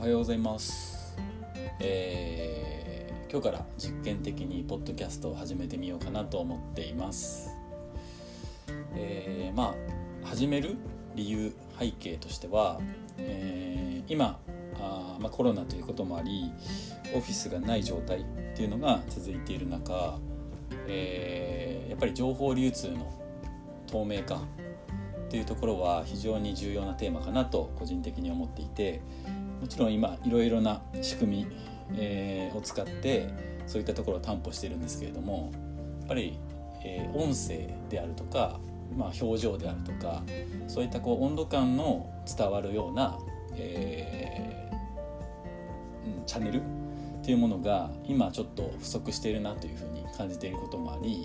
ようございます。今日から実験的にポッドキャストを始めてみようかなと思っています。始める理由背景としては、今コロナということもありオフィスがない状態っていうのが続いている中、やっぱり情報流通の透明化っていうところは非常に重要なテーマかなと個人的に思っていて、もちろん今いろいろな仕組み、を使ってそういったところを担保しているんですけれども、やっぱり、音声であるとか、表情であるとか、そういった温度感の伝わるような、チャンネルっていうものが今ちょっと不足しているなというふうに感じていることもあり、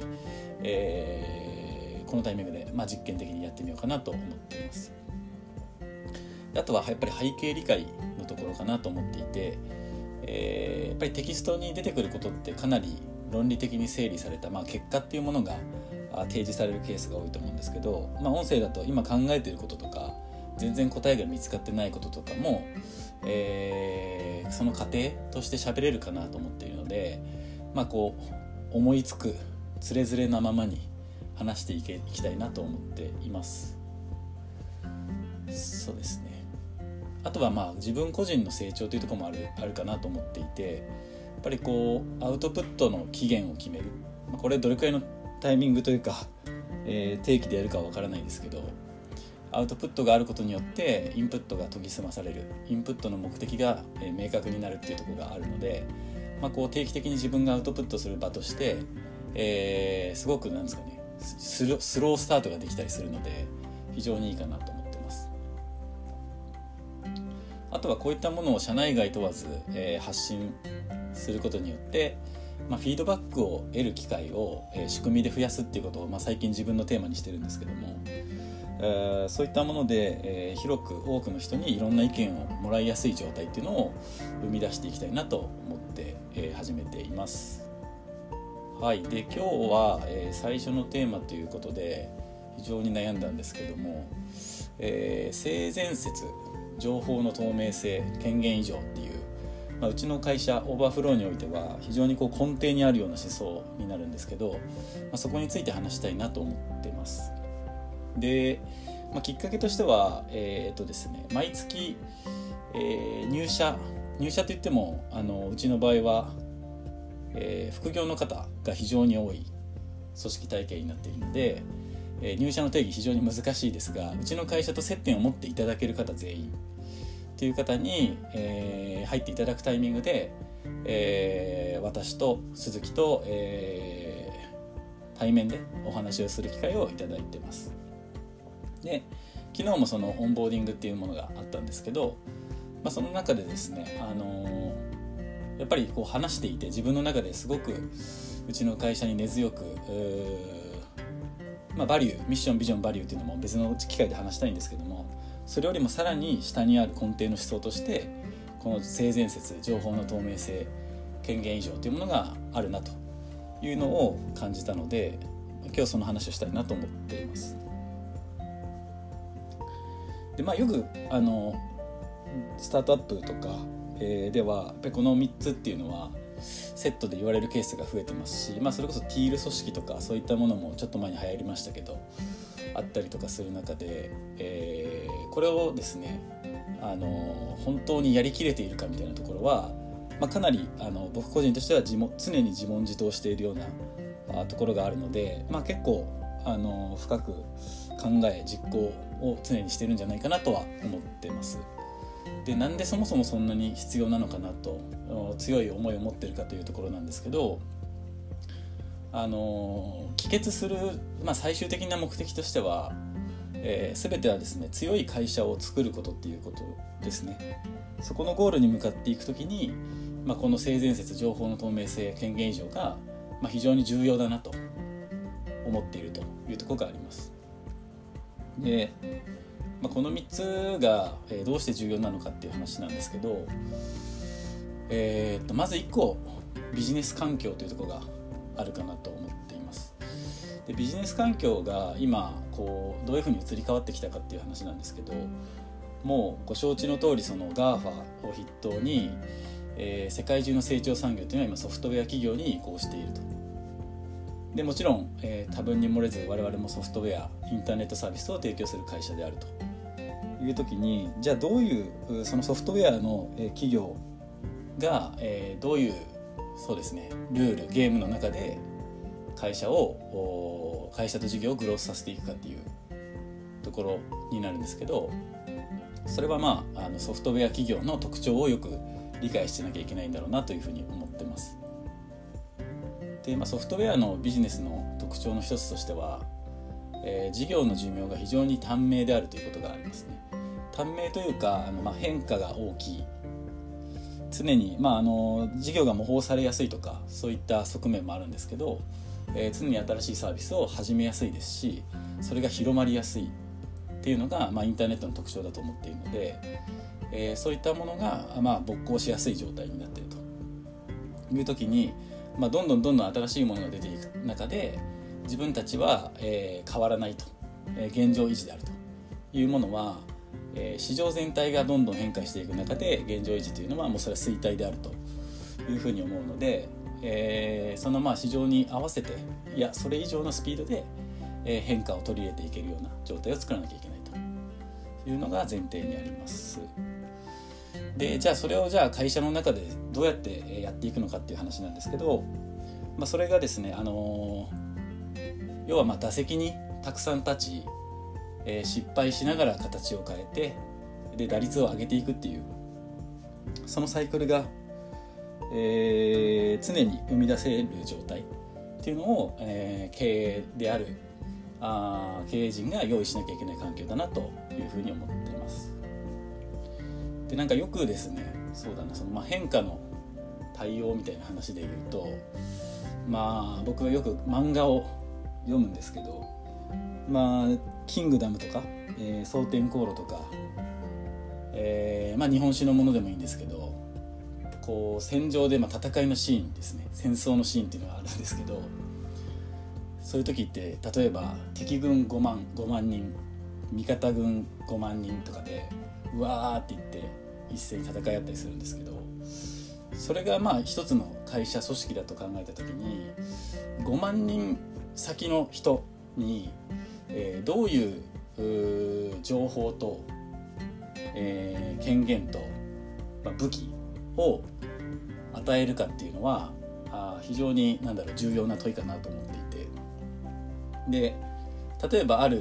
このタイミングで、実験的にやってみようかなと思っています。あとはやっぱり背景理解のところかなと思っていて、やっぱりテキストに出てくることってかなり論理的に整理された、結果っていうものが提示されるケースが多いと思うんですけど、音声だと今考えていることとか全然答えが見つかってないこととかも、その過程として喋れるかなと思っているので、思いつくつれづれなままに話していきたいなと思っています。そうですね。あとは自分個人の成長というところもあるかなと思っていて、やっぱりアウトプットの期限を決める、これどれくらいのタイミングというか、定期でやるかは分からないですけど、アウトプットがあることによってインプットが研ぎ澄まされる、インプットの目的が明確になるっていうところがあるので、定期的に自分がアウトプットする場として、すごくスロースタートができたりするので非常にいいかなと思ってます。あとはこういったものを社内外問わず、発信することによって、フィードバックを得る機会を、仕組みで増やすっていうことを、最近自分のテーマにしてるんですけども、そういったもので、広く多くの人にいろんな意見をもらいやすい状態っていうのを生み出していきたいなと思って、始めています。はい。で今日は、最初のテーマということで非常に悩んだんですけども、性善説、情報の透明性、権限以上っていう、うちの会社オーバーフローにおいては非常に根底にあるような思想になるんですけど、そこについて話したいなと思っています。で、きっかけとしては、ですね、毎月、入社といってもうちの場合は、副業の方が非常に多い組織体系になっているので、入社の定義非常に難しいですが、うちの会社と接点を持っていただける方全員という方に、入っていただくタイミングで、私と鈴木と、対面でお話をする機会をいただいてます。で、昨日もそのオンボーディングっていうものがあったんですけど、その中でですね、やっぱり話していて自分の中ですごくうちの会社に根強くバリュー、ミッション、ビジョン、バリューっていうのも別の機会で話したいんですけども、それよりもさらに下にある根底の思想としてこの性善説、情報の透明性、権限以上というものがあるなというのを感じたので、今日その話をしたいなと思っています。で、よくスタートアップとか、ではやっぱりこの3つっていうのはセットで言われるケースが増えてますし、それこそティール組織とかそういったものもちょっと前に流行りましたけどあったりとかする中で、これをですね本当にやりきれているかみたいなところは、かなり僕個人としては常に自問自答しているようなところがあるので、結構深く考え実行を常にしてるんじゃないかなとは思ってます。で、なんでそもそもそんなに必要なのかなと強い思いを持っているかというところなんですけど、帰結する、最終的な目的としては、全てはですね、強い会社を作ることっていうことですね。そこのゴールに向かっていくときに、この性善説、情報の透明性、権限以上が、非常に重要だなと思っているというところがあります。で、この3つがどうして重要なのかっていう話なんですけど、まず1個ビジネス環境というところがあるかなと思っています。で、ビジネス環境が今どういうふうに移り変わってきたかっていう話なんですけど、 もうご承知の通りその GAFA を筆頭に、世界中の成長産業というのは今ソフトウェア企業に移行していると。でもちろん、多分に漏れず我々もソフトウェアインターネットサービスを提供する会社であるという時に、じゃあどういうそのソフトウェアの企業がどういうそうですねルールゲームの中で会社と事業をグロースさせていくかっていうところになるんですけど、それはソフトウェア企業の特徴をよく理解してなきゃいけないんだろうなというふうに思ってます。で、ソフトウェアのビジネスの特徴の一つとしては、事業の寿命が非常に短命であるということがありますね。短命というか変化が大きい、常に、事業が模倣されやすいとかそういった側面もあるんですけど、常に新しいサービスを始めやすいですし、それが広まりやすいっていうのが、インターネットの特徴だと思っているので、そういったものが、勃興しやすい状態になっているという時に、どんどん新しいものが出ていく中で自分たちは、変わらないと、現状維持であるというものは、市場全体がどんどん変化していく中で現状維持というのはもうそれは衰退であるというふうに思うので、その市場に合わせてそれ以上のスピードで、変化を取り入れていけるような状態を作らなきゃいけないというのが前提にあります。で、じゃあそれを会社の中でどうやってやっていくのかっていう話なんですけど、それがですね、要は打席にたくさん立ち、失敗しながら形を変えて、で打率を上げていくっていうそのサイクルが、常に生み出せる状態っていうのを、経営である経営陣が用意しなきゃいけない環境だなというふうに思っています。で、よくですね、そうだな、変化の対応みたいな話で言うと、僕はよく漫画を読むんですけど、キングダムとか、蒼天航路とか、日本史のものでもいいんですけど、こう戦場で戦いのシーンですね、戦争のシーンっていうのがあるんですけど、そういう時って例えば敵軍5万人味方軍5万人とかでうわーって言って一斉に戦い合ったりするんですけど、それが一つの会社組織だと考えた時に5万人先の人に、どういう情報と、権限と、武器を与えるかっていうのは非常に重要な問いかなと思っていて、で例えばある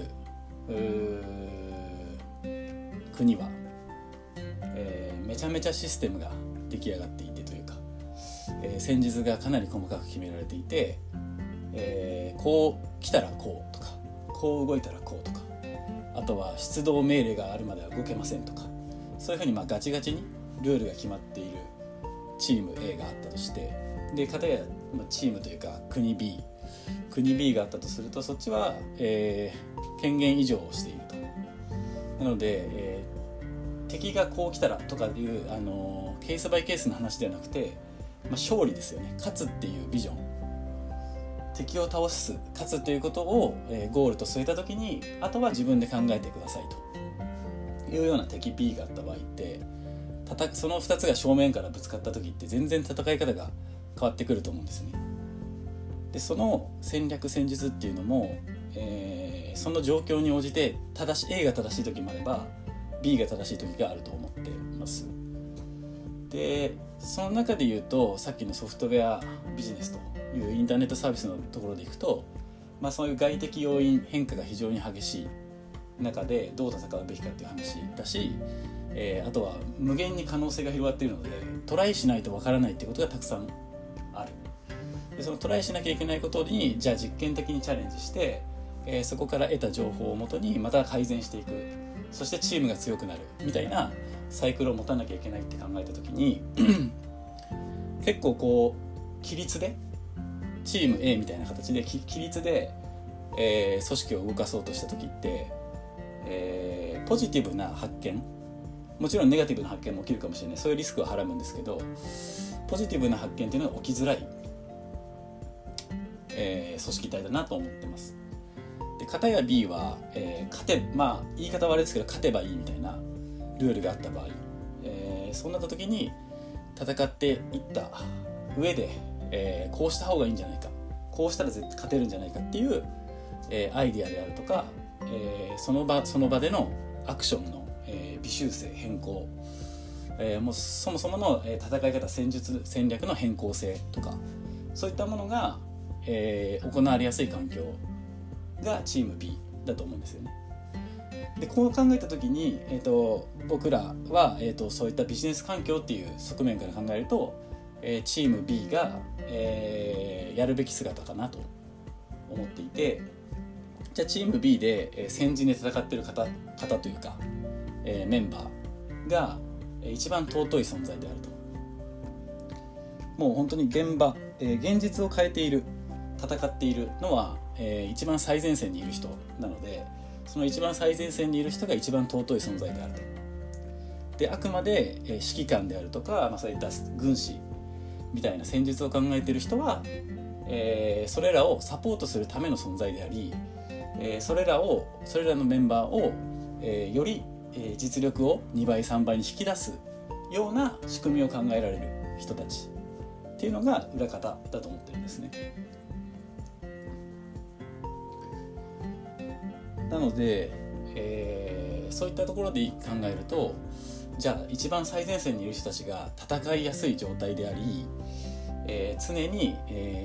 国は、めちゃめちゃシステムが出来上がっていてというか、戦術がかなり細かく決められていて、こう来たらこうとか、こう動いたらこうとか、あとは出動命令があるまでは動けませんとか、そういうふうにガチガチにルールが決まっているチーム A があったとして、で片やチームというか国 B があったとすると、そっちは、権限移譲をしていると。なので、敵がこう来たらとかいう、ケースバイケースの話ではなくて、勝利ですよね。勝つっていうビジョン、敵を倒す勝つということを、ゴールと据えた時に、あとは自分で考えてくださいというような敵 B があった場合って、その2つが正面からぶつかった時って全然戦い方が変わってくると思うんですね。でその戦略戦術っていうのも、その状況に応じてA が正しい時もあれば B が正しい時があると思っています。でその中で言うと、さっきのソフトウェアビジネスというインターネットサービスのところでいくと、そういう外的要因変化が非常に激しい中でどう戦うべきかっていう話だし、あとは無限に可能性が広がっているのでトライしないとわからないっていうことがたくさんある。でそのトライしなきゃいけないことにじゃあ実験的にチャレンジして、そこから得た情報をもとにまた改善していく、そしてチームが強くなるみたいなサイクルを持たなきゃいけないって考えた時に結構こう規律でチーム A みたいな形で規律で、組織を動かそうとした時って、ポジティブな発見、もちろんネガティブな発見も起きるかもしれない、そういうリスクははらむんですけど、ポジティブな発見っていうのが起きづらい、組織体だなと思ってます。で片や B は、言い方悪いですけど勝てばいいみたいなルルールがあった場合、そうなった時に戦っていった上で、こうした方がいいんじゃないか、こうしたら絶対勝てるんじゃないかっていう、アイディアであるとか、その場でのアクションの、微修正変更、もうそもそもの、戦い方戦術戦略の変更性とか、そういったものが、行われやすい環境がチーム B だと思うんですよね。でこう考えた時に、僕らは、そういったビジネス環境っていう側面から考えると、チーム B が、やるべき姿かなと思っていて、じゃあチーム B で、先陣で戦っている方というか、メンバーが一番尊い存在であると。もう本当に現場、現実を変えている、戦っているのは、一番最前線にいる人なので、その一番最前線にいる人が一番尊い存在であると。であくまで、指揮官であるとか、そういった軍師みたいな戦術を考えている人は、それらをサポートするための存在であり、それらのメンバーを、より、実力を2倍3倍に引き出すような仕組みを考えられる人たちっていうのが裏方だと思ってるんですね。なので、そういったところで考えると、じゃあ一番最前線にいる人たちが戦いやすい状態であり、常に、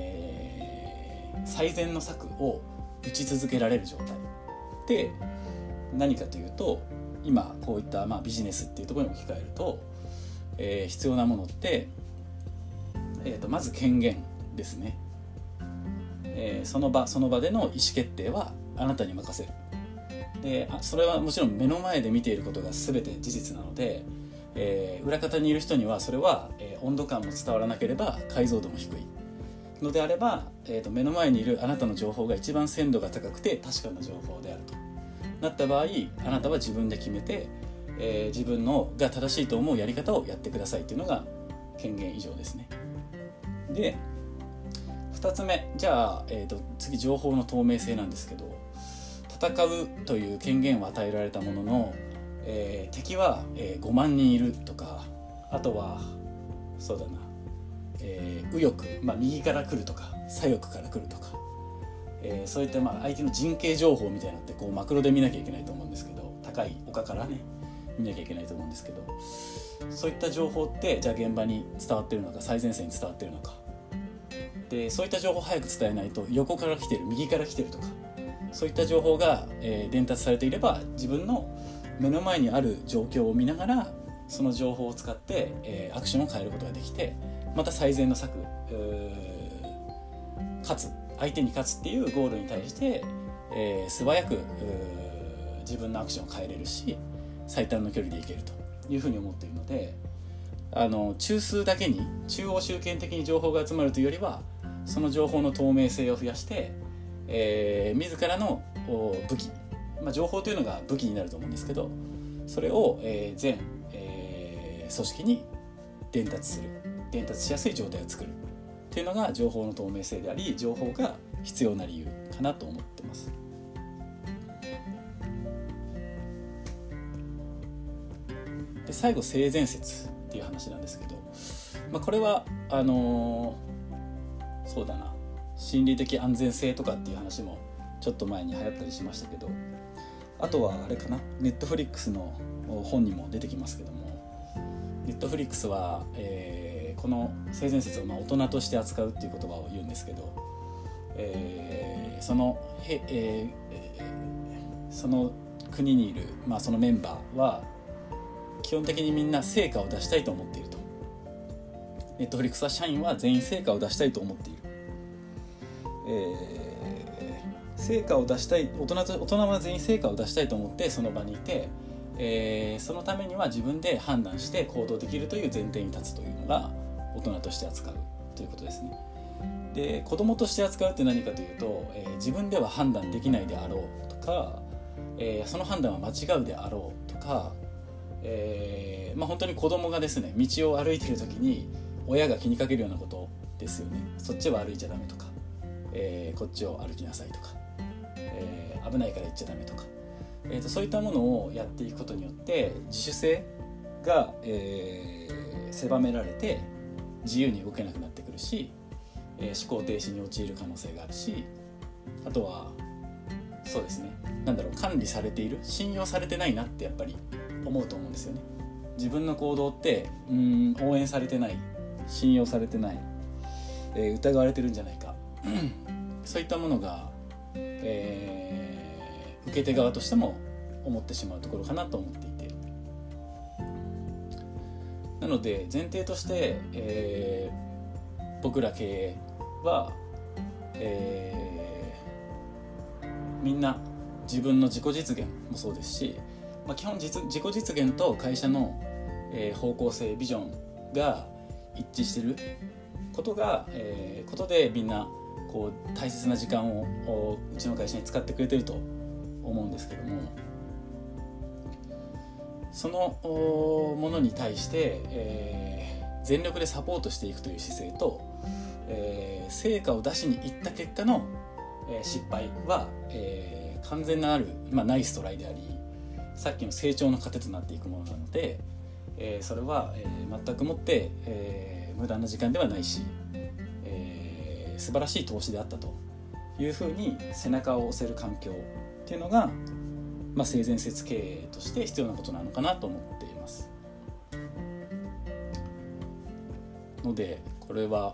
最善の策を打ち続けられる状態で何かというと、今こういった、ビジネスっていうところに置き換えると、必要なものって、まず権限ですね。その場での意思決定はあなたに任せる。でそれはもちろん目の前で見ていることが全て事実なので、裏方にいる人にはそれは、温度感も伝わらなければ解像度も低いのであれば、目の前にいるあなたの情報が一番鮮度が高くて確かな情報であるとなった場合、あなたは自分で決めて、自分のが正しいと思うやり方をやってくださいというのが権限以上ですね。で2つ目、じゃあ、次情報の透明性なんですけど、戦うという権限を与えられたものの、敵は、5万人いるとか、あとはそうだな、右翼、右から来るとか左翼から来るとか、そういった相手の陣形情報みたいなのってこうマクロで見なきゃいけないと思うんですけど、高い丘からね見なきゃいけないと思うんですけど、そういった情報ってじゃあ現場に伝わってるのか最前線に伝わってるのかで、そういった情報を早く伝えないと横から来てる右から来てるとか、そういった情報が、伝達されていれば自分の目の前にある状況を見ながらその情報を使って、アクションを変えることができて、また最善の策、相手に勝つっていうゴールに対して、素早く自分のアクションを変えれるし、最短の距離でいけるというふうに思っているので、中枢だけに中央集権的に情報が集まるというよりは、その情報の透明性を増やして、自らの武器、情報というのが武器になると思うんですけど、それを、全、組織に伝達しやすい状態を作るというのが情報の透明性であり、情報が必要な理由かなと思ってます。で最後、性善説っていう話なんですけど、これはそうだな、心理的安全性とかっていう話もちょっと前に流行ったりしましたけど、あとはあれかな、ネットフリックスの本にも出てきますけども、ネットフリックスは、この性善説を大人として扱うっていう言葉を言うんですけど、その国にいる、そのメンバーは基本的にみんな成果を出したいと思っていると。ネットフリックスは社員は全員成果を出したいと思っている。成果を出したい、大人は全員成果を出したいと思ってその場にいて、そのためには自分で判断して行動できるという前提に立つというのが大人として扱うということですね。で、子供として扱うって何かというと、自分では判断できないであろうとか、その判断は間違うであろうとか、本当に子供がですね、道を歩いている時に親が気にかけるようなことですよね。そっちは歩いちゃダメとか、こっちを歩きなさいとか、危ないから行っちゃダメとか、 そういったものをやっていくことによって自主性が、狭められて自由に動けなくなってくるし、思考停止に陥る可能性があるし、あとはそうですね、管理されている、信用されてないなってやっぱり思うと思うんですよね。自分の行動って応援されてない、信用されてない、疑われてるんじゃないかそういったものが、受け手側としても思ってしまうところかなと思っていて、なので前提として、僕ら経営は、みんな自分の自己実現もそうですし、基本自己実現と会社の、方向性ビジョンが一致していることでみんなこう大切な時間をうちの会社に使ってくれてると思うんですけども、そのものに対して、全力でサポートしていくという姿勢と、成果を出しにいった結果の、失敗は、完全なナイストライであり、さっきの成長の糧となっていくものなので、それは、全くもって、無駄な時間ではないし、素晴らしい投資であったというふうに背中を押せる環境っていうのが、性善説経営として必要なことなのかなと思っていますので、これは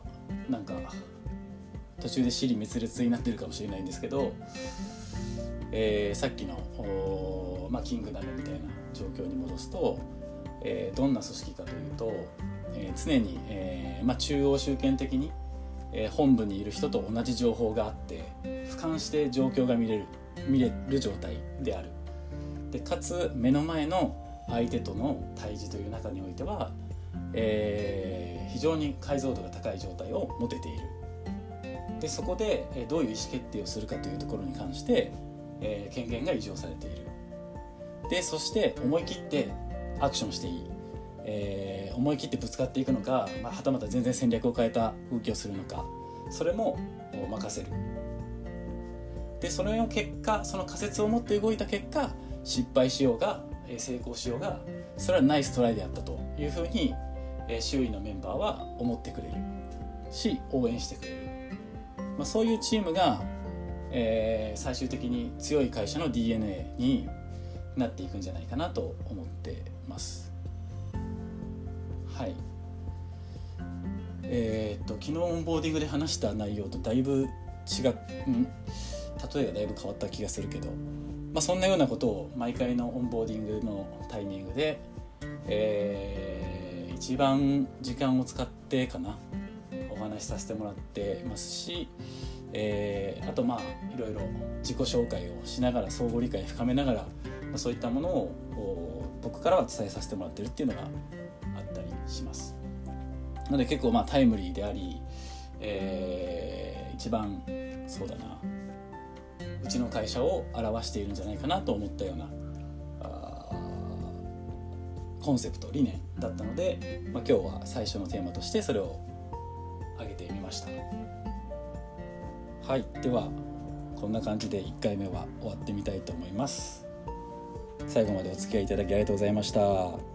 途中で支離滅裂になってるかもしれないんですけど、さっきのキングダムみたいな状況に戻すと、どんな組織かというと、常に、中央集権的に、本部にいる人と同じ情報があって俯瞰して状況が見れる状態である。でかつ目の前の相手との対峙という中においては、非常に解像度が高い状態を持てている。でそこでどういう意思決定をするかというところに関して、権限が移譲されている。でそして思い切ってアクションしていい、思い切ってぶつかっていくのか、はたまた全然戦略を変えた動きをするのか、それも任せる。でその結果、その仮説を持って動いた結果、失敗しようが成功しようが、それはナイストライであったというふうに周囲のメンバーは思ってくれるし、応援してくれる。そういうチームが、最終的に強い会社の DNA になっていくんじゃないかなと思ってます。はい。昨日オンボーディングで話した内容とだいぶ例えがだいぶ変わった気がするけど、そんなようなことを毎回のオンボーディングのタイミングで、一番時間を使ってかなお話しさせてもらってますし、あといろいろ自己紹介をしながら相互理解を深めながら、そういったものを僕からは伝えさせてもらってるっていうのがあったりします。なので結構タイムリーであり、一番そうだな、うちの会社を表しているんじゃないかなと思ったようなコンセプト理念だったので、今日は最初のテーマとしてそれを挙げてみました。はい、ではこんな感じで1回目は終わってみたいと思います。最後までお付き合いいただきありがとうございました。